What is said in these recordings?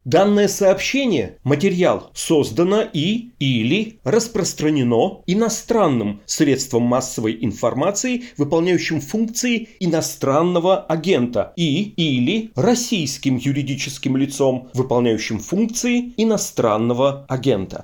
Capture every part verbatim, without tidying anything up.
Данное сообщение, материал, создано и или распространено иностранным средством массовой информации, выполняющим функции иностранного агента, и или российским юридическим лицом, выполняющим функции иностранного агента.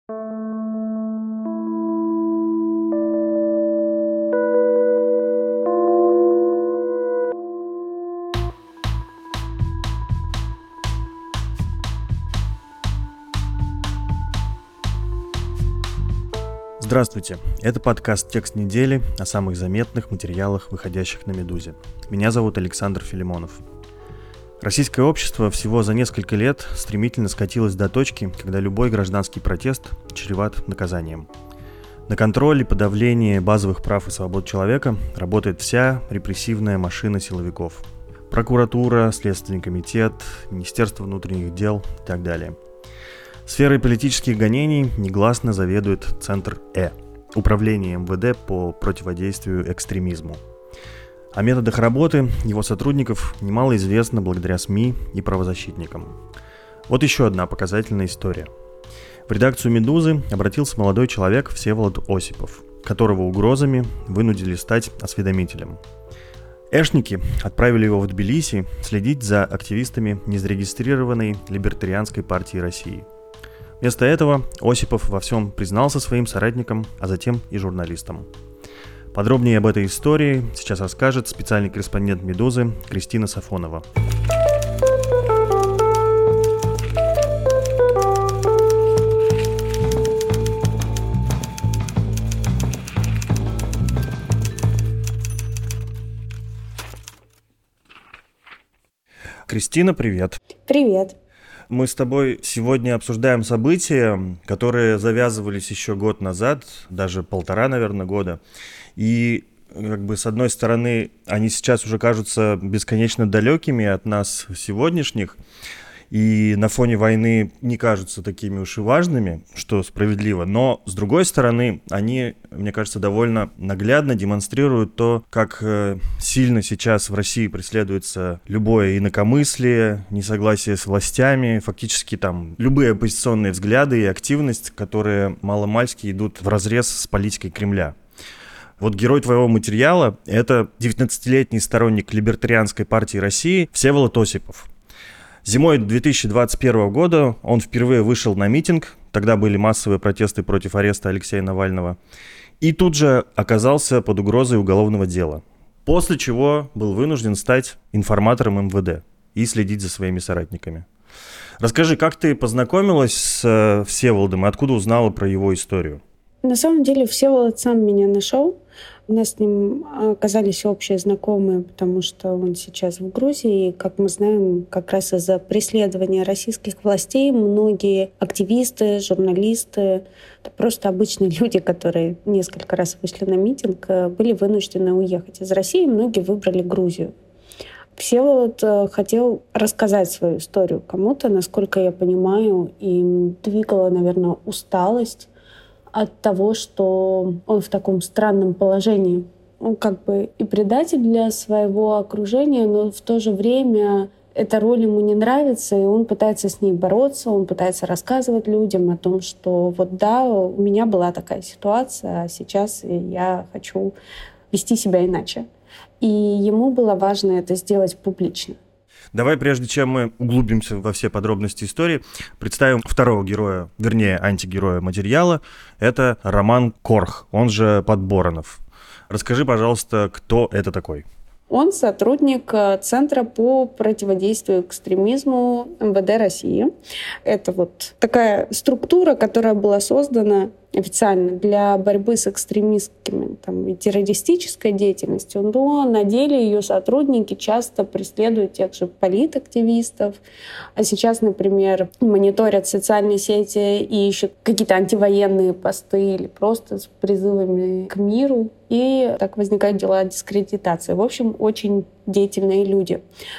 Здравствуйте, это подкаст «Текст недели» о самых заметных материалах, выходящих на «Медузе». Меня зовут Александр Филимонов. Российское общество всего за несколько лет стремительно скатилось до точки, когда любой гражданский протест чреват наказанием. На контроль и подавление базовых прав и свобод человека работает вся репрессивная машина силовиков. Прокуратура, Следственный комитет, Министерство внутренних дел и так далее. Сферой политических гонений негласно заведует Центр Э – Управление эм вэ дэ по противодействию экстремизму. О методах работы его сотрудников немало известно благодаря СМИ и правозащитникам. Вот еще одна показательная история. В редакцию «Медузы» обратился молодой человек Всеволод Осипов, которого угрозами вынудили стать осведомителем. Эшники отправили его в Тбилиси следить за активистами незарегистрированной либертарианской партии России. Вместо этого Осипов во всем признался своим соратникам, а затем и журналистам. Подробнее об этой истории сейчас расскажет специальный корреспондент «Медузы» Кристина Сафонова. Кристина, привет. Привет. Мы с тобой сегодня обсуждаем события, которые завязывались еще год назад, даже полтора, наверное, года. И как бы с одной стороны, они сейчас уже кажутся бесконечно далекими от нас сегодняшних, и на фоне войны не кажутся такими уж и важными, что справедливо. Но, с другой стороны, они, мне кажется, довольно наглядно демонстрируют то, как сильно сейчас в России преследуется любое инакомыслие, несогласие с властями, фактически там любые оппозиционные взгляды и активность, которые маломальски идут вразрез с политикой Кремля. Вот герой твоего материала – это девятнадцатилетний сторонник либертарианской партии России Всеволод Осипов. Зимой две тысячи двадцать первого года он впервые вышел на митинг, тогда были массовые протесты против ареста Алексея Навального, и тут же оказался под угрозой уголовного дела, после чего был вынужден стать информатором эм вэ дэ и следить за своими соратниками. Расскажи, как ты познакомилась с Всеволодом и откуда узнала про его историю? На самом деле Всеволод сам меня нашел. У нас с ним оказались общие знакомые, потому что он сейчас в Грузии. И, как мы знаем, как раз из-за преследования российских властей многие активисты, журналисты, просто обычные люди, которые несколько раз вышли на митинг, были вынуждены уехать из России. Многие выбрали Грузию. Всеволод хотел рассказать свою историю кому-то. Насколько я понимаю, им двигала, наверное, усталость от того, что он в таком странном положении. Он как бы и предатель для своего окружения, но в то же время эта роль ему не нравится, и он пытается с ней бороться, он пытается рассказывать людям о том, что вот да, у меня была такая ситуация, а сейчас я хочу вести себя иначе. И ему было важно это сделать публично. Давай, прежде чем мы углубимся во все подробности истории, представим второго героя, вернее, антигероя материала. Это Роман Корх, он же Подборонов. Расскажи, пожалуйста, кто это такой? Он сотрудник Центра по противодействию экстремизму эм вэ дэ России. Это вот такая структура, которая была создана официально для борьбы с экстремистскими там, и террористической деятельностью, но на деле ее сотрудники часто преследуют тех же политактивистов. А сейчас, например, мониторят социальные сети и ищут какие-то антивоенные посты или просто с призывами к миру. И так возникают дела дискредитации. В общем, очень деятельные люди.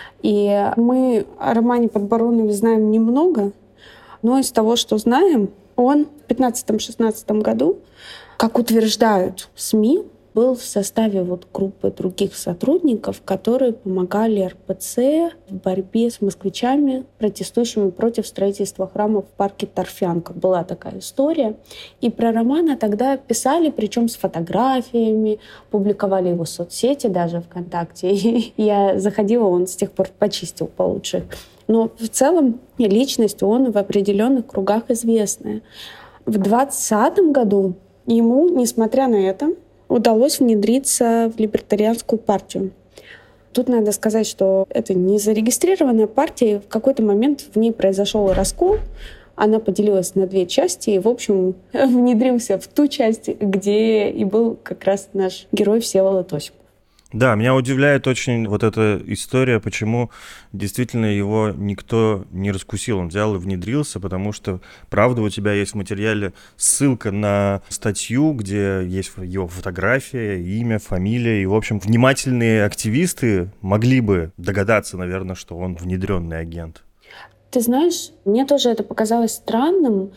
И мы о Романе Подборонове знаем немного, но из того, что знаем, он в пятнадцатом-шестнадцатом году, как утверждают СМИ, был в составе вот группы других сотрудников, которые помогали эр пэ цэ в борьбе с москвичами, протестующими против строительства храма в парке Торфянка. Была такая история. И про Романа тогда писали, причем с фотографиями, публиковали его в соцсети, даже ВКонтакте. И я заходила, он с тех пор почистил получше. Но в целом личность он в определенных кругах известная. В двадцатом году ему, несмотря на это, удалось внедриться в либертарианскую партию. Тут надо сказать, что это не зарегистрированная партия. В какой-то момент в ней произошел раскол. Она поделилась на две части и, в общем, внедрился в ту часть, где и был как раз наш герой Всеволод Осипов. Да, меня удивляет очень вот эта история, почему действительно его никто не раскусил. Он взял и внедрился, потому что, правда, у тебя есть в материале ссылка на статью, где есть его фотография, имя, фамилия. И, в общем, внимательные активисты могли бы догадаться, наверное, что он внедренный агент. Ты знаешь, мне тоже это показалось странным.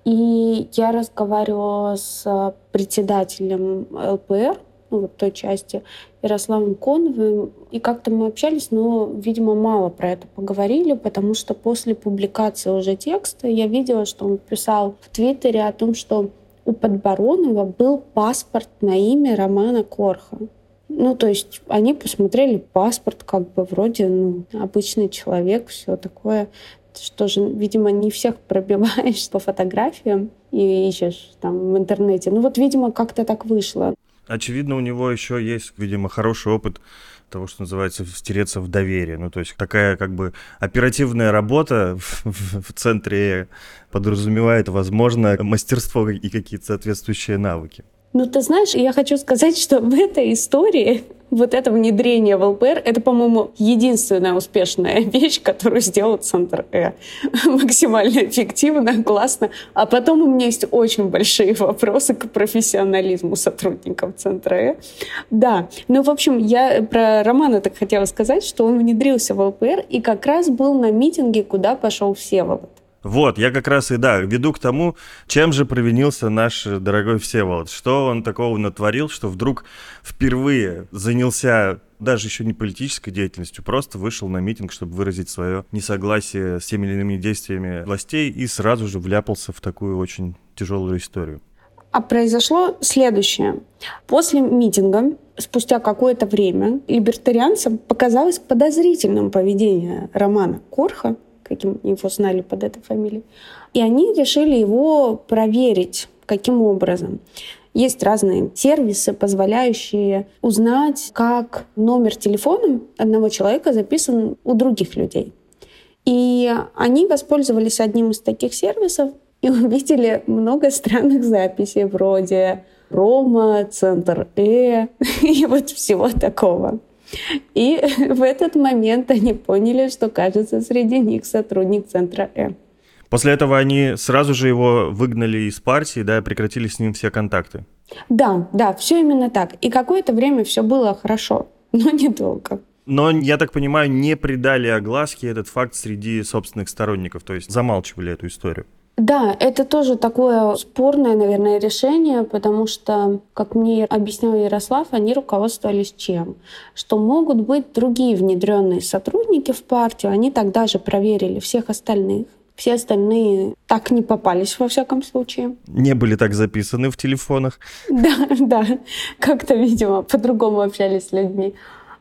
И я разговаривала с председателем эл пэ эр, ну, вот той части, Ярославом Коновым, и как-то мы общались, но, видимо, мало про это поговорили, потому что после публикации уже текста я видела, что он писал в Твиттере о том, что у Подборонова был паспорт на имя Романа Корха. Ну, то есть они посмотрели паспорт, как бы вроде ну, обычный человек, все такое. Что же, видимо, не всех пробиваешь по фотографиям и ищешь там в интернете. Ну вот, видимо, как-то так вышло. Очевидно, у него еще есть, видимо, хороший опыт того, что называется, стереться в доверие. Ну, то есть такая как бы оперативная работа в, в, в центре подразумевает, возможно, мастерство и какие-то соответствующие навыки. Ну, ты знаешь, я хочу сказать, что в этой истории вот это внедрение в эл пэ эр — это, по-моему, единственная успешная вещь, которую сделал Центр Э. Максимально эффективно, классно. А потом у меня есть очень большие вопросы к профессионализму сотрудников Центра Э. Да, ну, в общем, я про Романа так хотела сказать, что он внедрился в эл пэ эр и как раз был на митинге, куда пошел Всеволод. Вот, я как раз и, да, веду к тому, чем же провинился наш дорогой Всеволод. Что он такого натворил, что вдруг впервые занялся даже еще не политической деятельностью, просто вышел на митинг, чтобы выразить свое несогласие с теми или иными действиями властей и сразу же вляпался в такую очень тяжелую историю. А произошло следующее. После митинга, спустя какое-то время, либертарианцам показалось подозрительным поведение Романа Корха, каким его знали под этой фамилией. И они решили его проверить. Каким образом? Есть разные сервисы, позволяющие узнать, как номер телефона одного человека записан у других людей. И они воспользовались одним из таких сервисов и увидели много странных записей, вроде «Рома», «Центр Э» и вот всего такого. И в этот момент они поняли, что, кажется, среди них сотрудник Центра Э. После этого они сразу же его выгнали из партии, да, прекратили с ним все контакты. Да, да, все именно так. И какое-то время все было хорошо, но недолго. Но, я так понимаю, не придали огласке этот факт среди собственных сторонников, то есть замалчивали эту историю. Да, это тоже такое спорное, наверное, решение, потому что, как мне объяснял Ярослав, они руководствовались чем? Что могут быть другие внедренные сотрудники в партию, они тогда же проверили всех остальных. Все остальные так не попались, во всяком случае. Не были так записаны в телефонах. Да, да, как-то, видимо, по-другому общались с людьми.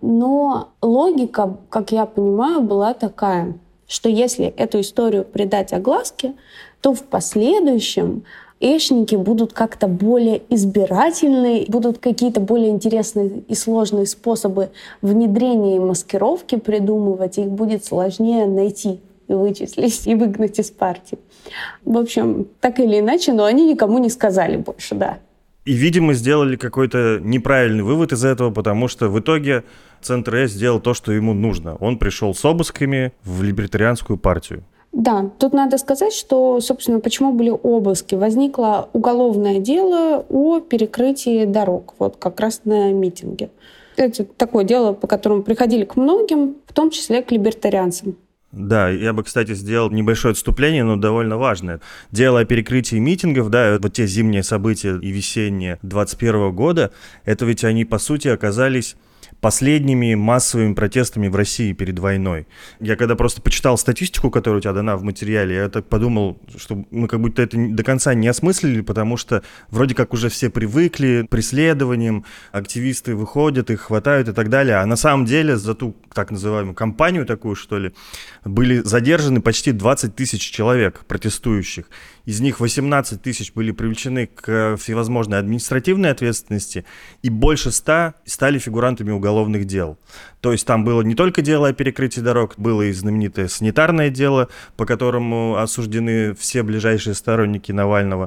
Но логика, как я понимаю, была такая, что если эту историю придать огласке, то в последующем эшники будут как-то более избирательны, будут какие-то более интересные и сложные способы внедрения и маскировки придумывать, их будет сложнее найти и вычислить, и выгнать из партии. В общем, так или иначе, но они никому не сказали больше, да. И, видимо, сделали какой-то неправильный вывод из этого, потому что в итоге Центр Э сделал то, что ему нужно. Он пришел с обысками в либертарианскую партию. Да, тут надо сказать, что, собственно, почему были обыски. Возникло уголовное дело о перекрытии дорог, вот как раз на митинге. Это такое дело, по которому приходили к многим, в том числе к либертарианцам. Да, я бы, кстати, сделал небольшое отступление, но довольно важное. Дело о перекрытии митингов, да, вот те зимние события и весенние двадцать первого года, это ведь они, по сути, оказались последними массовыми протестами в России перед войной. Я когда просто почитал статистику, которая у тебя дана в материале, я так подумал, что мы как будто это до конца не осмыслили, потому что вроде как уже все привыкли к преследованиям, активисты выходят, их хватают и так далее, а на самом деле за ту так называемую кампанию такую, что ли, были задержаны почти двадцать тысяч человек протестующих. Из них восемнадцать тысяч были привлечены к всевозможной административной ответственности, и больше ста стали фигурантами уголовных дел. То есть там было не только дело о перекрытии дорог, было и знаменитое санитарное дело, по которому осуждены все ближайшие сторонники Навального.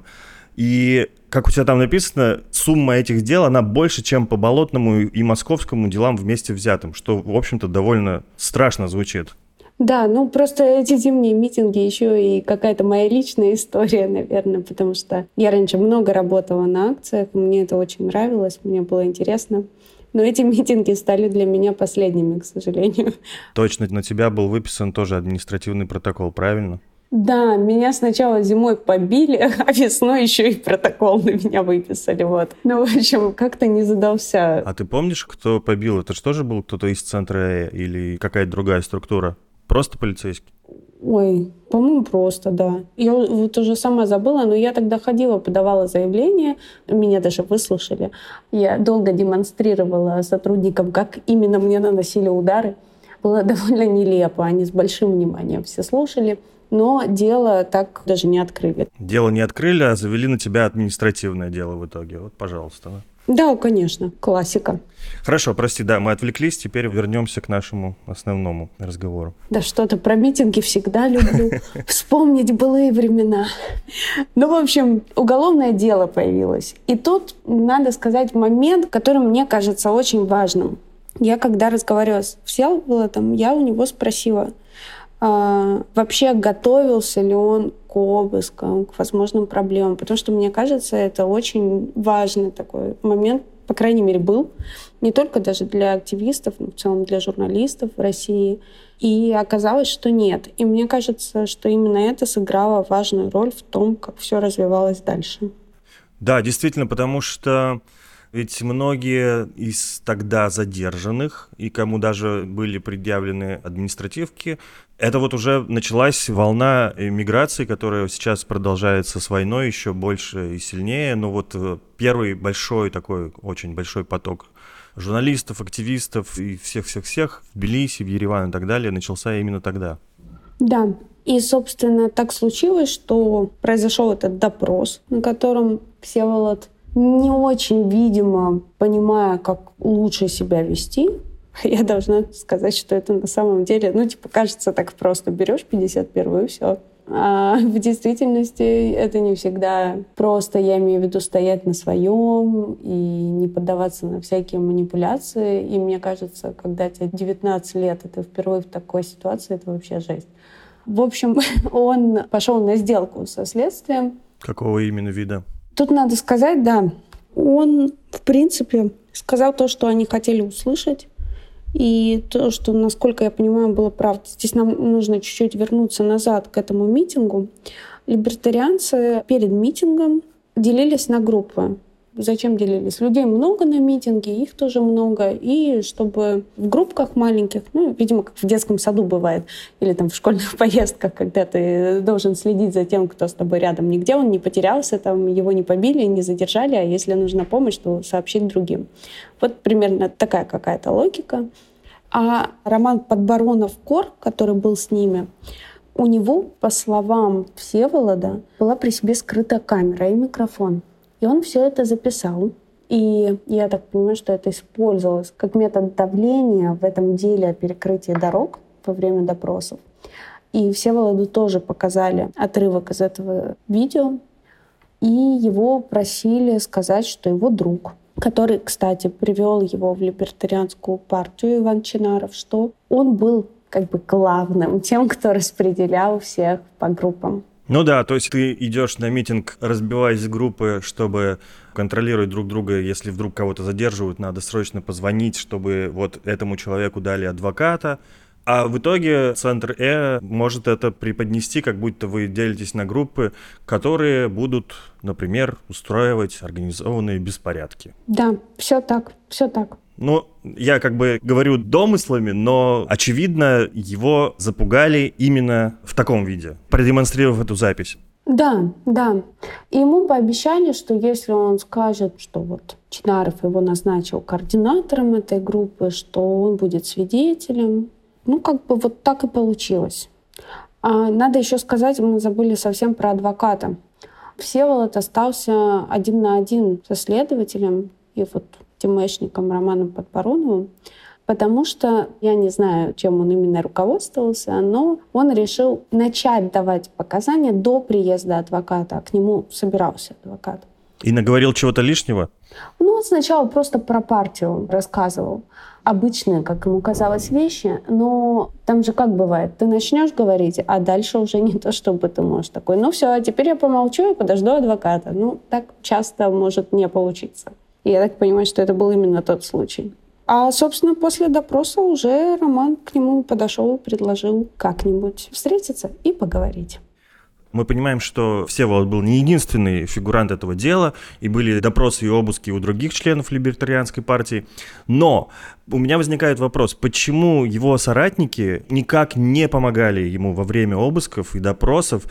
И, как у тебя там написано, сумма этих дел, она больше, чем по Болотному и Московскому делам вместе взятым, что, в общем-то, довольно страшно звучит. Да, ну просто эти зимние митинги еще и какая-то моя личная история, наверное, потому что я раньше много работала на акциях, мне это очень нравилось, мне было интересно. Но эти митинги стали для меня последними, к сожалению. Точно, на тебя был выписан тоже административный протокол, правильно? Да, меня сначала зимой побили, а весной еще и протокол на меня выписали. Вот. Ну, в общем, как-то не задался. А ты помнишь, кто побил? Это же тоже был кто-то из центра Э или какая-то другая структура? Просто полицейский? Ой, по-моему, просто, да. Я вот уже сама забыла, но я тогда ходила, подавала заявление, меня даже выслушали. Я долго демонстрировала сотрудникам, как именно мне наносили удары. Было довольно нелепо, они с большим вниманием все слушали, но дело так даже не открыли. Дело не открыли, а завели на тебя административное дело в итоге. Вот, пожалуйста. Да? Да, конечно, классика. Хорошо, прости, да, мы отвлеклись, теперь вернемся к нашему основному разговору. Да что-то про митинги всегда люблю. Вспомнить былые времена. Ну, в общем, уголовное дело появилось. И тут надо сказать момент, который мне кажется очень важным. Я когда разговаривала с Всеволодом, я у него спросила, а, вообще готовился ли он к обыскам, к возможным проблемам, потому что, мне кажется, это очень важный такой момент, по крайней мере, был, не только даже для активистов, но в целом для журналистов в России. И оказалось, что нет. И мне кажется, что именно это сыграло важную роль в том, как все развивалось дальше. Да, действительно, потому что ведь многие из тогда задержанных, и кому даже были предъявлены административки, это вот уже началась волна миграции, которая сейчас продолжается с войной еще больше и сильнее. Но вот первый большой такой, очень большой поток журналистов, активистов и всех-всех-всех в Тбилиси, в Ереван и так далее начался именно тогда. Да, и, собственно, так случилось, что произошел этот допрос, на котором Всеволод, не очень, видимо, понимая, как лучше себя вести, я должна сказать, что это на самом деле, ну, типа, кажется, так просто. Берешь пятьдесят первую и все. А в действительности это не всегда просто. Я имею в виду стоять на своем и не поддаваться на всякие манипуляции. И мне кажется, когда тебе девятнадцать лет, и ты впервые в такой ситуации, это вообще жесть. В общем, он пошел на сделку со следствием. Какого именно вида? Тут надо сказать, да, он, в принципе, сказал то, что они хотели услышать, и то, что, насколько я понимаю, было правда. Здесь нам нужно чуть-чуть вернуться назад к этому митингу. Либертарианцы перед митингом делились на группы. Зачем делились? Людей много на митинге, их тоже много. И чтобы в группках маленьких, ну, видимо, как в детском саду бывает, или там в школьных поездках, когда ты должен следить за тем, кто с тобой рядом. Нигде он не потерялся, там его не побили, не задержали, а если нужна помощь, то сообщить другим. Вот примерно такая какая-то логика. А Роман Подборонов-Кор, который был с ними, у него, по словам Всеволода, была при себе скрытая камера и микрофон. И он все это записал. И я так понимаю, что это использовалось как метод давления в этом деле о перекрытии дорог во время допросов. И Всеволоду тоже показали отрывок из этого видео. И его просили сказать, что его друг, который, кстати, привел его в либертарианскую партию, Иван Чинаров, что он был как бы главным, тем, кто распределял всех по группам. Ну да, то есть ты идешь на митинг, разбиваясь в группы, чтобы контролировать друг друга. Если вдруг кого-то задерживают, надо срочно позвонить, чтобы вот этому человеку дали адвоката, А в итоге Центр Э может это преподнести, как будто вы делитесь на группы, которые будут, например, устраивать организованные беспорядки. Да, все так, все так. Ну, я как бы говорю домыслами, но, очевидно, его запугали именно в таком виде, продемонстрировав эту запись. Да, да. И ему пообещали, что если он скажет, что вот Чинаров его назначил координатором этой группы, что он будет свидетелем. Ну, как бы вот так и получилось. А надо еще сказать, мы забыли совсем про адвоката. Всеволод остался один на один со следователем и вот ТМшником Романом Подбороновым, потому что, я не знаю, чем он именно руководствовался, но он решил начать давать показания до приезда адвоката, а к нему собирался адвокат. И наговорил чего-то лишнего? Ну, он сначала просто про партию рассказывал. Обычные, как ему казалось, вещи, но там же как бывает, ты начнешь говорить, а дальше уже не то, чтобы ты можешь такой, ну все, а теперь я помолчу и подожду адвоката. Ну, так часто может не получиться. И я так понимаю, что это был именно тот случай. А, собственно, после допроса уже Роман к нему подошел и предложил как-нибудь встретиться и поговорить. Мы понимаем, что Всеволод был не единственный фигурант этого дела, и были допросы и обыски у других членов либертарианской партии. Но у меня возникает вопрос, почему его соратники никак не помогали ему во время обысков и допросов,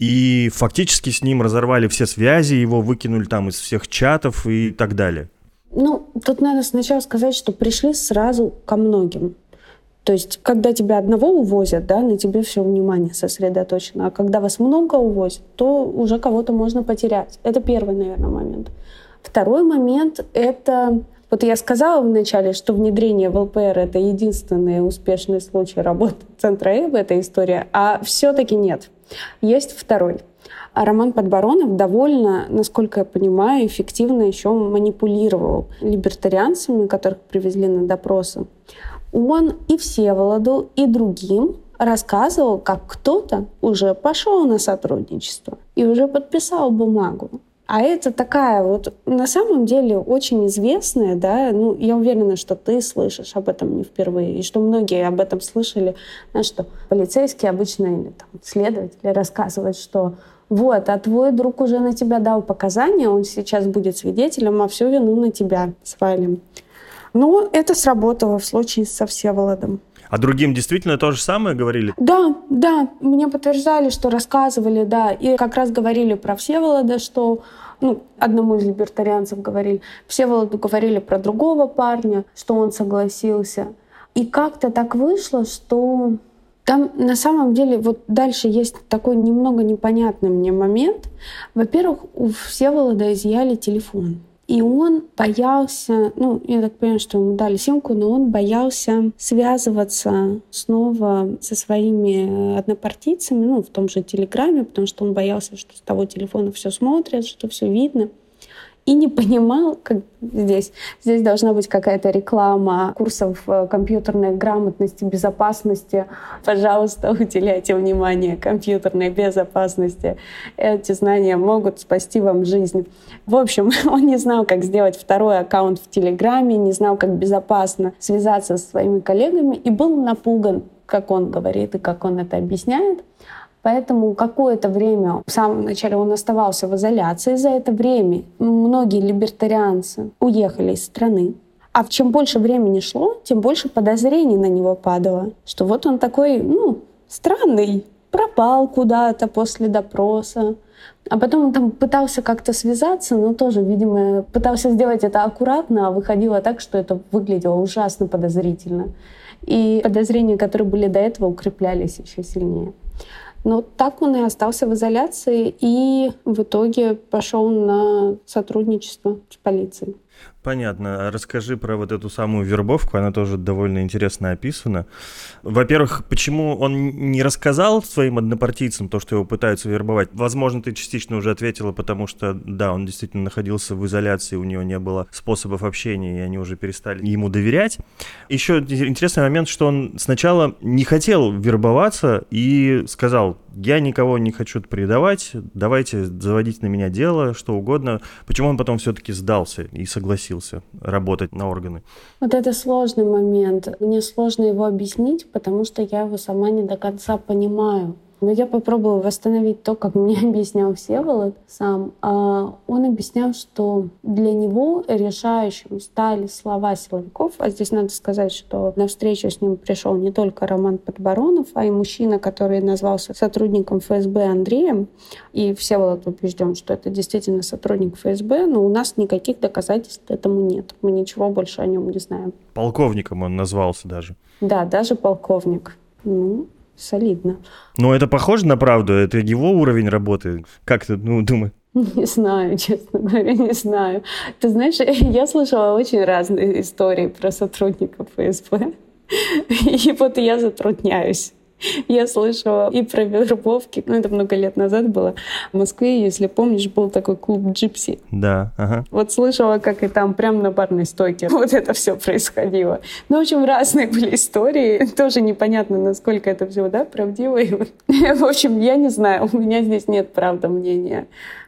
и фактически с ним разорвали все связи, его выкинули там из всех чатов и так далее? Ну, тут надо сначала сказать, что пришли сразу ко многим. То есть, когда тебя одного увозят, да, на тебе все внимание сосредоточено. А когда вас много увозят, то уже кого-то можно потерять. Это первый, наверное, момент. Второй момент — это... Вот я сказала вначале, что внедрение в эл пэ эр — это единственный успешный случай работы Центра Э в этой истории, а все-таки нет. Есть второй. А Роман Подборонов довольно, насколько я понимаю, эффективно еще манипулировал либертарианцами, которых привезли на допросы. Он и Всеволоду, и другим рассказывал, как кто-то уже пошел на сотрудничество и уже подписал бумагу. А это такая вот, на самом деле, очень известная, да, ну, я уверена, что ты слышишь об этом не впервые, и что многие об этом слышали, знаешь, что полицейские обычно или там, следователи рассказывают, что вот, а твой друг уже на тебя дал показания, он сейчас будет свидетелем, а всю вину на тебя свалим. Но это сработало в случае со Всеволодом. А другим действительно то же самое говорили? Да, да. Мне подтверждали, что рассказывали, да. И как раз говорили про Всеволода, что... Ну, одному из либертарианцев говорили. Всеволоду говорили про другого парня, что он согласился. И как-то так вышло, что... Там на самом деле вот дальше есть такой немного непонятный мне момент. Во-первых, у Всеволода изъяли телефон. И он боялся, ну, я так понимаю, что ему дали симку, но он боялся связываться снова со своими однопартийцами, ну, в том же Телеграме, потому что он боялся, что с того телефона все смотрят, что все видно. И не понимал, как здесь. Здесь должна быть какая-то реклама курсов компьютерной грамотности, безопасности. Пожалуйста, уделяйте внимание компьютерной безопасности. Эти знания могут спасти вам жизнь. В общем, он не знал, как сделать второй аккаунт в Телеграме, не знал, как безопасно связаться со своими коллегами и был напуган, как он говорит и как он это объясняет. Поэтому какое-то время, в самом начале он оставался в изоляции. За это время многие либертарианцы уехали из страны. А чем больше времени шло, тем больше подозрений на него падало. Что вот он такой, ну, странный, пропал куда-то после допроса. А потом он там пытался как-то связаться, но тоже, видимо, пытался сделать это аккуратно, а выходило так, что это выглядело ужасно подозрительно. И подозрения, которые были до этого, укреплялись еще сильнее. Но так он и остался в изоляции и в итоге пошел на сотрудничество с полицией. Понятно. Расскажи про вот эту самую вербовку, она тоже довольно интересно описана. Во-первых, почему он не рассказал своим однопартийцам то, что его пытаются вербовать? Возможно, ты частично уже ответила, потому что, да, он действительно находился в изоляции, у него не было способов общения, и они уже перестали ему доверять. Еще интересный момент, что он сначала не хотел вербоваться и сказал: я никого не хочу предавать, давайте заводить на меня дело, что угодно. Почему он потом все-таки сдался и согласился согласился работать на органы? Вот это сложный момент. Мне сложно его объяснить, потому что я его сама не до конца понимаю. Но я попробую восстановить то, как мне объяснял Всеволод сам. Он объяснял, что для него решающим стали слова силовиков. А здесь надо сказать, что на встречу с ним пришел не только Роман Подбаронов, а и мужчина, который назвался сотрудником эф эс бэ Андреем. И Всеволод убежден, что это действительно сотрудник эф эс бэ, но у нас никаких доказательств этому нет. Мы ничего больше о нем не знаем. Полковником он назвался даже. Да, даже полковник. Ну, солидно. Но это похоже на правду? Это его уровень работы? Как ты, ну, думаешь? Не знаю, честно говоря, не знаю. Ты знаешь, я слышала очень разные истории про сотрудников эф эс бэ. И вот я затрудняюсь. Я слышала и про вербовки, ну это много лет назад было. В Москве, если помнишь, был такой клуб «Джипси». Да, ага. Вот слышала, как и там прямо на барной стойке вот это все происходило. Ну, в общем, разные были истории. Тоже непонятно, насколько это все, да, правдиво. В общем, я не знаю, у меня здесь нет, правда, мнения.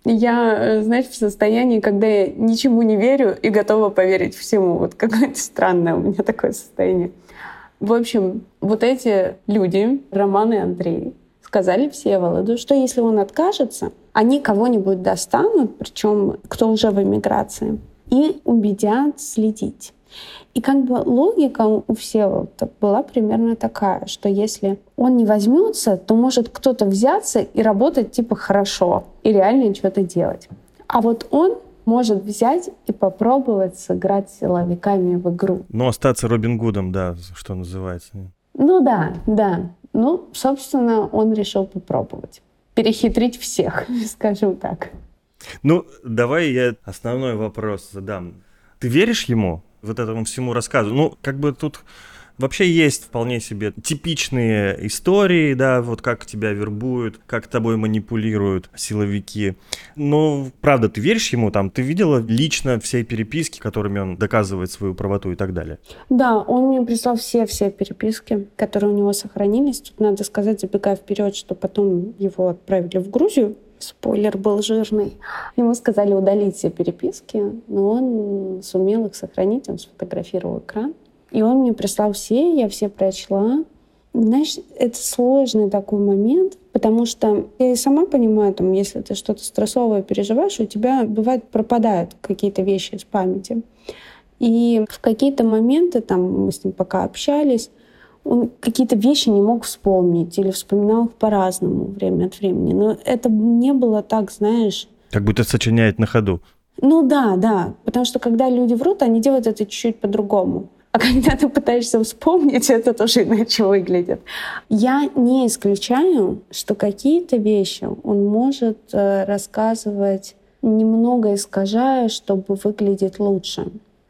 Я, знаешь, в состоянии, когда я ничему не верю и готова поверить всему. Вот какое-то странное у меня такое состояние. В общем, вот эти люди, Роман и Андрей, сказали Всеволоду, что если он откажется, они кого-нибудь достанут, причем кто уже в эмиграции, и убедят следить. И как бы логика у Всеволода была примерно такая, что если он не возьмется, то может кто-то взяться и работать типа хорошо, и реально что-то делать. А вот он может взять и попробовать сыграть силовиками в игру. Ну, остаться Робин Гудом, да, что называется. Ну да, да. Ну, собственно, он решил попробовать. Перехитрить всех, скажем так. Ну, давай я основной вопрос задам. Ты веришь ему, вот этому всему рассказу? Ну, как бы тут вообще есть вполне себе типичные истории, да, вот как тебя вербуют, как тобой манипулируют силовики. Но, правда, ты веришь ему там? Ты видела лично все переписки, которыми он доказывает свою правоту и так далее? Да, он мне прислал все-все переписки, которые у него сохранились. Тут надо сказать, забегая вперед, что потом его отправили в Грузию. Спойлер был жирный. Ему сказали удалить все переписки, но он сумел их сохранить, он сфотографировал экран. И он мне прислал все, я все прочла. Знаешь, это сложный такой момент, потому что я и сама понимаю, там, если ты что-то стрессовое переживаешь, у тебя, бывает, пропадают какие-то вещи из памяти. И в какие-то моменты, там, мы с ним пока общались, он какие-то вещи не мог вспомнить или вспоминал их по-разному время от времени. Но это не было так, знаешь... Как будто сочиняет на ходу. Ну да, да. Потому что когда люди врут, они делают это чуть-чуть по-другому. А когда ты пытаешься вспомнить, это тоже иначе выглядит. Я не исключаю, что какие-то вещи он может э, рассказывать немного искажая, чтобы выглядеть лучше.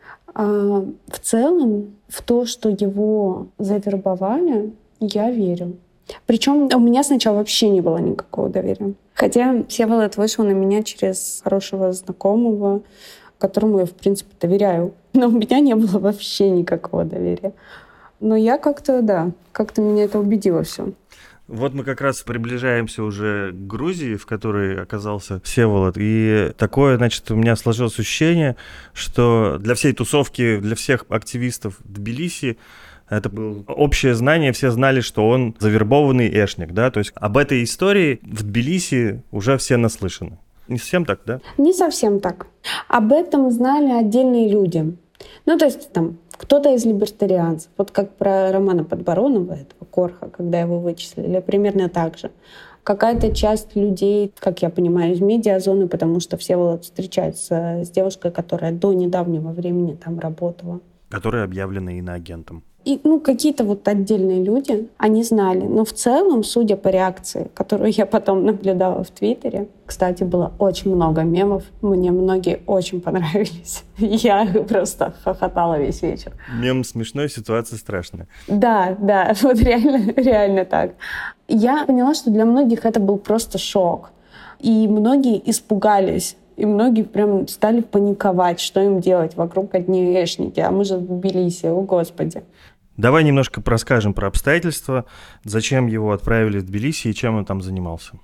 А в целом в то, что его завербовали, я верю. Причем у меня сначала вообще не было никакого доверия. Хотя Всеволод вышел на меня через хорошего знакомого, которому я, в принципе, доверяю. Но у меня не было вообще никакого доверия. Но я как-то, да, как-то меня это убедило все. Вот мы как раз приближаемся уже к Грузии, в которой оказался Всеволод. И такое, значит, у меня сложилось ощущение, что для всей тусовки, для всех активистов Тбилиси это было общее знание, все знали, что он завербованный эшник, да, то есть об этой истории в Тбилиси уже все наслышаны. Не совсем так, да? Не совсем так. Об этом знали отдельные люди. Ну, то есть там кто-то из либертарианцев, вот как про Романа Подбаронова, этого Корха, когда его вычислили, примерно так же. Какая-то часть людей, как я понимаю, из медиазоны, потому что Всеволод встречается с девушкой, которая до недавнего времени там работала. Которая объявлена иноагентом. И, ну, какие-то вот отдельные люди, они знали. Но в целом, судя по реакции, которую я потом наблюдала в Твиттере, кстати, было очень много мемов, мне многие очень понравились. Я просто хохотала весь вечер. Мем смешной, ситуация страшная. Да, да, вот реально, реально так. Я поняла, что для многих это был просто шок. И многие испугались. И многие прям стали паниковать, что им делать, вокруг одни эшники, а мы же в Тбилиси, о господи. Давай немножко расскажем про обстоятельства, зачем его отправили в Тбилиси и чем он там занимался.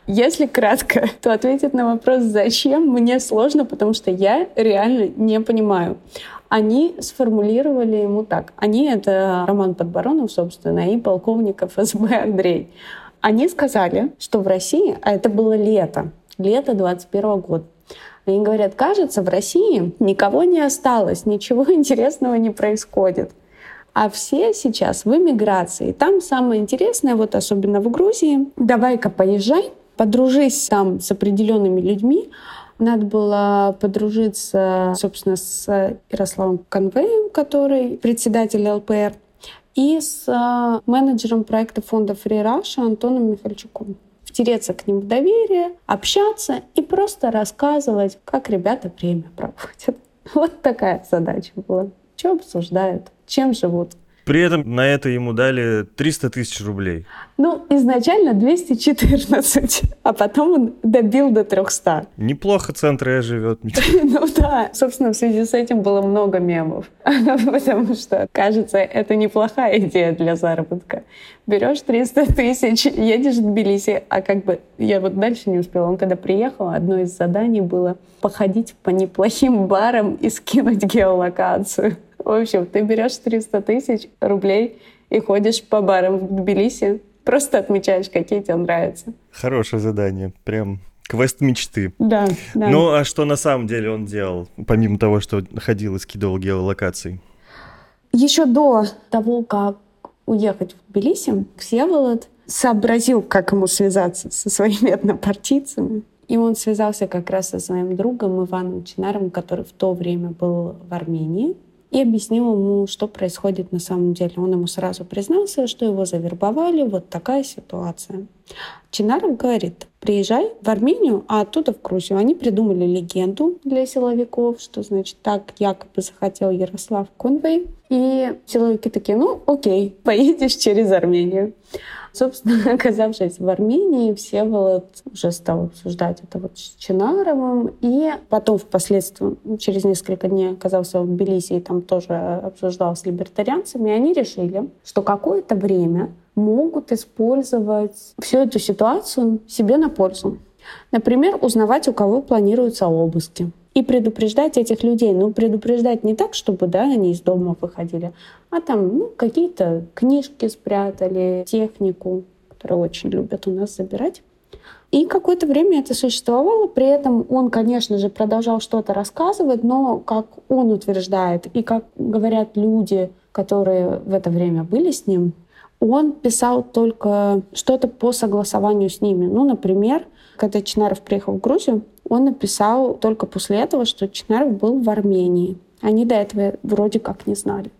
Если кратко, то ответить на вопрос «зачем?» мне сложно, потому что я реально не понимаю. Они сформулировали ему так. Они — это Роман Подборонов, собственно, и полковник эф эс бэ Андрей. Они сказали, что в России, а это было лето, лето двадцать первого года, они говорят, кажется, в России никого не осталось, ничего интересного не происходит. А все сейчас в эмиграции. Там самое интересное, вот особенно в Грузии, давай-ка поезжай, подружись там с определенными людьми. Надо было подружиться, собственно, с Ярославом Конвеем, который председатель эл пэ эр, и с менеджером проекта фонда Free Russia Антоном Михальчуком. Втереться к ним в доверие, общаться и просто рассказывать, как ребята время проводят. Вот такая задача была. Что обсуждают, чем живут. При этом на это ему дали триста тысяч рублей. Ну, изначально двести четырнадцать, а потом он добил до триста. Неплохо центр Э живет. Ну да, собственно, в связи с этим было много мемов, потому что, кажется, это неплохая идея для заработка. Берешь триста тысяч, едешь в Тбилиси, а как бы я вот дальше не успела. Он когда приехал, одно из заданий было походить по неплохим барам и скинуть геолокацию. В общем, ты берешь триста тысяч рублей и ходишь по барам в Тбилиси, просто отмечаешь, какие тебе нравятся. Хорошее задание, прям квест мечты. Да, да. Ну, а что на самом деле он делал, помимо того, что ходил и скидывал геолокации? Еще до того, как уехать в Тбилиси, Всеволод сообразил, как ему связаться со своими однопартийцами. И он связался как раз со своим другом Иваном Чинаром, который в то время был в Армении, и объяснил ему, что происходит на самом деле. Он ему сразу признался, что его завербовали, вот такая ситуация. Чинаров говорит, приезжай в Армению, а оттуда в Грузию. Они придумали легенду для силовиков, что, значит, так якобы захотел Ярослав Конвей. И силовики такие, ну, окей, поедешь через Армению. Собственно, оказавшись в Армении, Всеволод уже стал обсуждать это вот с Чинаровым. И потом, впоследствии, через несколько дней оказался в Тбилиси и там тоже обсуждал с либертарианцами. И они решили, что какое-то время могут использовать всю эту ситуацию себе на пользу. Например, узнавать, у кого планируются обыски. И предупреждать этих людей. Ну, предупреждать не так, чтобы, да, они из дома выходили, а там, ну, какие-то книжки спрятали, технику, которую очень любят у нас забирать. И какое-то время это существовало. При этом он, конечно же, продолжал что-то рассказывать, но, как он утверждает, и как говорят люди, которые в это время были с ним, он писал только что-то по согласованию с ними. Ну, например, когда Чинаров приехал в Грузию, он написал только после этого, что Чинаров был в Армении. Они до этого вроде как не знали.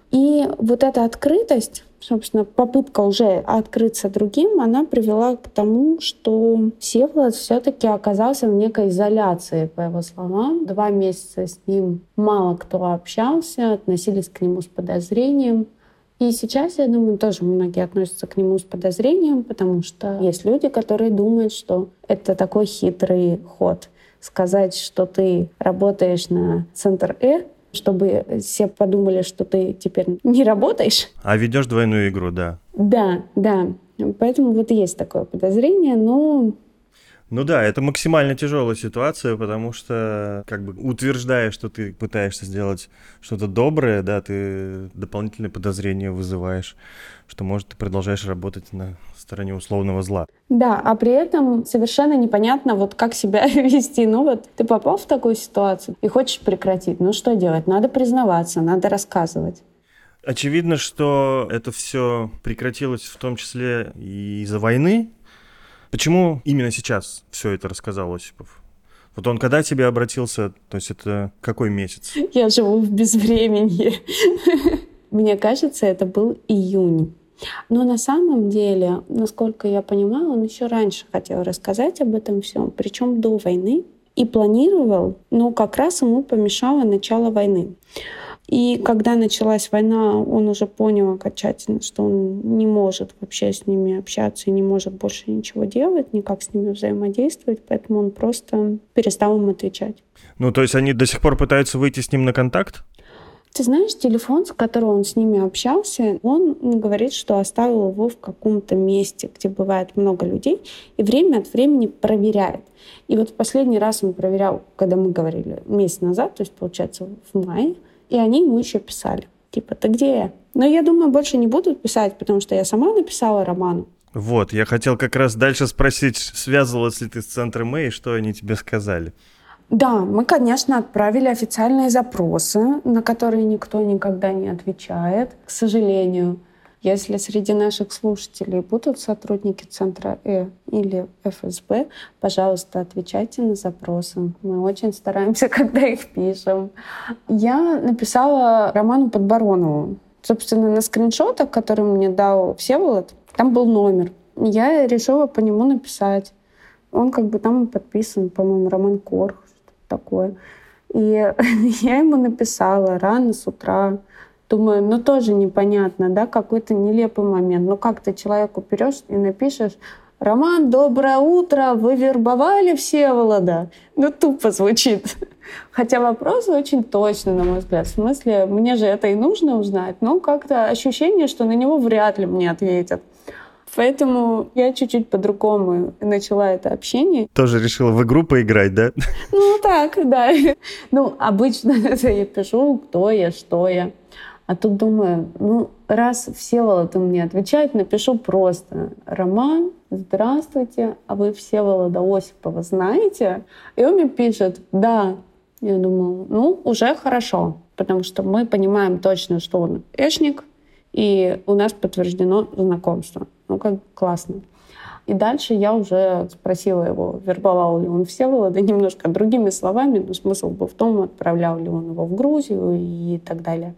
И вот эта открытость, собственно, попытка уже открыться другим, она привела к тому, что Всеволод все-таки оказался в некой изоляции, по его словам. Два месяца с ним мало кто общался, относились к нему с подозрением. И сейчас, я думаю, тоже многие относятся к нему с подозрением, потому что есть люди, которые думают, что это такой хитрый ход. Сказать, что ты работаешь на центр Э, чтобы все подумали, что ты теперь не работаешь. А ведешь двойную игру, да. Да, да. Поэтому вот есть такое подозрение, но... Ну да, это максимально тяжелая ситуация, потому что, как бы, утверждая, что ты пытаешься сделать что-то доброе, да, ты дополнительные подозрения вызываешь, что, может, ты продолжаешь работать на стороне условного зла. Да, а при этом совершенно непонятно, вот как себя вести. Ну вот ты попал в такую ситуацию и хочешь прекратить. Ну что делать? Надо признаваться, надо рассказывать. Очевидно, что это все прекратилось в том числе и из-за войны. Почему именно сейчас все это рассказал Осипов? Вот он когда тебе обратился, то есть это какой месяц? Я живу в безвременье. Мне кажется, это был июнь. Но на самом деле, насколько я понимаю, он еще раньше хотел рассказать об этом всем, причем до войны, и планировал, но как раз ему помешало начало войны. И когда началась война, он уже понял окончательно, что он не может вообще с ними общаться и не может больше ничего делать, никак с ними взаимодействовать, поэтому он просто перестал им отвечать. Ну, то есть они до сих пор пытаются выйти с ним на контакт? Ты знаешь, телефон, с которого он с ними общался, он говорит, что оставил его в каком-то месте, где бывает много людей, и время от времени проверяет. И вот в последний раз он проверял, когда мы говорили месяц назад, то есть, получается, в мае, и они ему еще писали. Типа, ты где? Но я думаю, больше не будут писать, потому что я сама написала Роману. Вот, я хотел как раз дальше спросить, связывалась ли ты с центром Э, и что они тебе сказали? Да, мы, конечно, отправили официальные запросы, на которые никто никогда не отвечает, к сожалению. Если среди наших слушателей будут сотрудники Центра Э или эф эс бэ, пожалуйста, отвечайте на запросы. Мы очень стараемся, когда их пишем. Я написала Роману Подбаронову. Собственно, на скриншотах, которые мне дал Всеволод, там был номер. Я решила по нему написать. Он как бы там подписан, по-моему, Роман Корх. Такое. И я ему написала рано с утра. Думаю, ну тоже непонятно, да, какой-то нелепый момент. Ну как ты человеку берешь и напишешь: «Роман, доброе утро, вы вербовали Всеволода?» Ну тупо звучит. Хотя вопрос очень точный, на мой взгляд. В смысле, мне же это и нужно узнать. Но как-то ощущение, что на него вряд ли мне ответят. Поэтому я чуть-чуть по-другому начала это общение. Тоже решила в игру поиграть, да? Ну, так, да. Ну, обычно это я пишу, кто я, что я. А тут думаю, ну, раз Всеволод мне отвечает, напишу просто: «Роман, здравствуйте, а вы Всеволода Осипова знаете?» И он мне пишет: «Да». Я думаю, ну, уже хорошо, потому что мы понимаем точно, что он эшник, и у нас подтверждено знакомство. Ну, как классно. И дальше я уже спросила его, вербовал ли он Всеволода, немножко другими словами, но смысл был в том, отправлял ли он его в Грузию и так далее.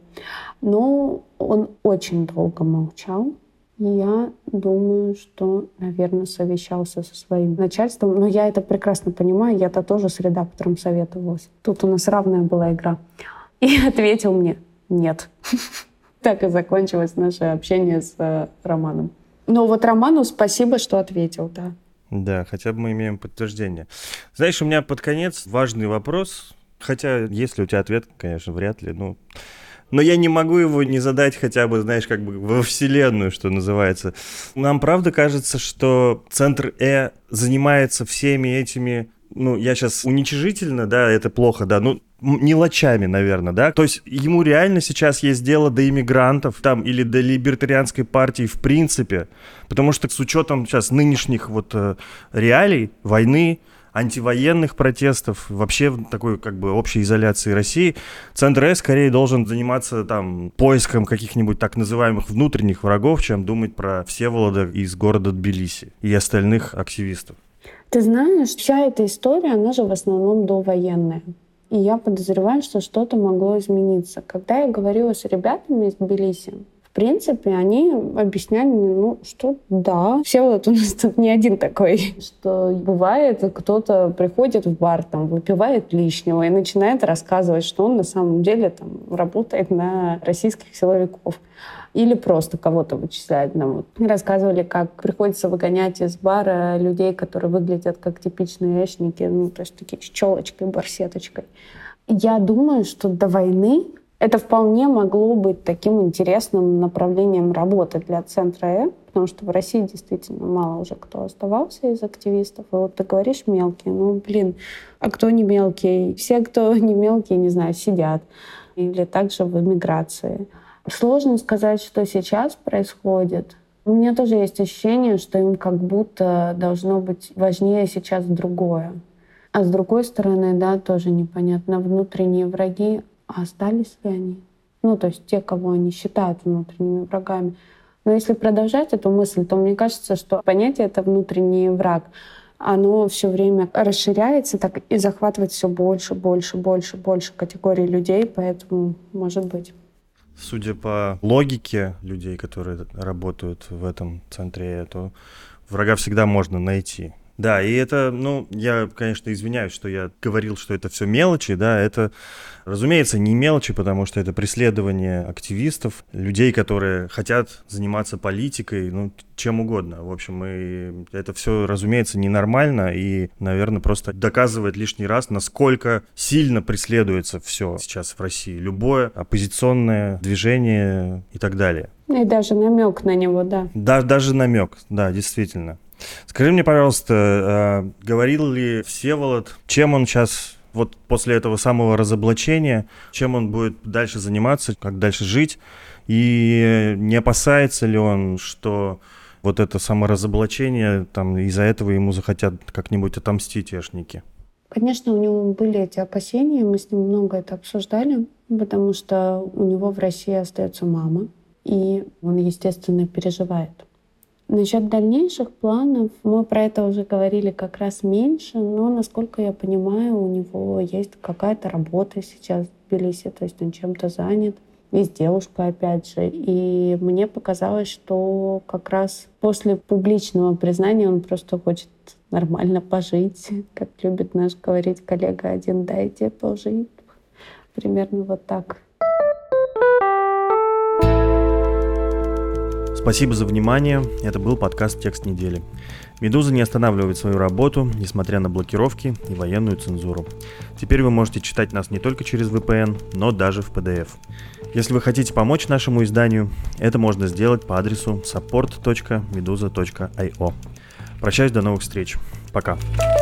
Но он очень долго молчал. И я думаю, что, наверное, совещался со своим начальством. Но я это прекрасно понимаю, я-то тоже с редактором советовалась. Тут у нас равная была игра. И ответил мне: «Нет». Так и закончилось наше общение с Романом. Но вот Роману спасибо, что ответил, да. Да, хотя бы мы имеем подтверждение. Знаешь, у меня под конец важный вопрос, хотя если у тебя ответ, конечно, вряд ли, ну... Но я не могу его не задать хотя бы, знаешь, как бы во вселенную, что называется. Нам правда кажется, что Центр Э занимается всеми этими... Ну, я сейчас уничижительно, да, это плохо, да, ну, мелочами, наверное, да. То есть ему реально сейчас есть дело до иммигрантов там или до либертарианской партии в принципе, потому что с учетом сейчас нынешних вот э, реалий, войны, антивоенных протестов, вообще такой как бы общей изоляции России, Центр Э скорее должен заниматься там поиском каких-нибудь так называемых внутренних врагов, чем думать про Всеволода из города Тбилиси и остальных активистов. Ты знаешь, вся эта история, она же в основном довоенная. И я подозреваю, что что-то могло измениться. Когда я говорила с ребятами из Тбилиси, в принципе, они объясняли мне, ну, что да, Всеволод у нас тут не один такой. Что бывает, кто-то приходит в бар, там, выпивает лишнего и начинает рассказывать, что он на самом деле там работает на российских силовиков. Или просто кого-то вычисляет. Нам вот рассказывали, как приходится выгонять из бара людей, которые выглядят как типичные эшники, ну, то есть такие с челочкой, барсеточкой. Я думаю, что до войны это вполне могло быть таким интересным направлением работы для Центра Э, потому что в России действительно мало уже кто оставался из активистов. И вот ты говоришь мелкие, ну, блин, а кто не мелкий? Все, кто не мелкие, не знаю, сидят. Или также в эмиграции. Сложно сказать, что сейчас происходит. У меня тоже есть ощущение, что им как будто должно быть важнее сейчас другое. А с другой стороны, да, тоже непонятно, внутренние враги, а остались ли они? Ну, то есть те, кого они считают внутренними врагами. Но если продолжать эту мысль, то мне кажется, что понятие это внутренний враг, оно все время расширяется так и захватывает все больше, больше, больше, больше категорий людей, поэтому может быть. Судя по логике людей, которые работают в этом центре, то врага всегда можно найти. Да, и это, ну, я, конечно, извиняюсь, что я говорил, что это все мелочи, да, это, разумеется, не мелочи, потому что это преследование активистов, людей, которые хотят заниматься политикой, ну, чем угодно. В общем, и это все, разумеется, ненормально и, наверное, просто доказывает лишний раз, насколько сильно преследуется все сейчас в России. Любое оппозиционное движение и так далее. И даже намек на него, да. Да, даже намек, да, действительно. Скажи мне, пожалуйста, э, говорил ли Всеволод, чем он сейчас, вот после этого самого разоблачения, чем он будет дальше заниматься, как дальше жить, и не опасается ли он, что вот это саморазоблачение, там, из-за этого ему захотят как-нибудь отомстить эшники? Конечно, у него были эти опасения, мы с ним много это обсуждали, потому что у него в России остается мама, и он, естественно, переживает. Насчет дальнейших планов, мы про это уже говорили как раз меньше, но, насколько я понимаю, у него есть какая-то работа сейчас в Тбилиси, то есть он чем-то занят. Есть девушка, опять же. И мне показалось, что как раз после публичного признания он просто хочет нормально пожить, как любит наш говорить коллега один, дайте пожить. Примерно вот так. Спасибо за внимание. Это был подкаст «Текст недели». «Медуза» не останавливает свою работу, несмотря на блокировки и военную цензуру. Теперь вы можете читать нас не только через ви пи эн, но даже в пи ди эф. Если вы хотите помочь нашему изданию, это можно сделать по адресу support точка meduza точка ай о. Прощаюсь, до новых встреч. Пока.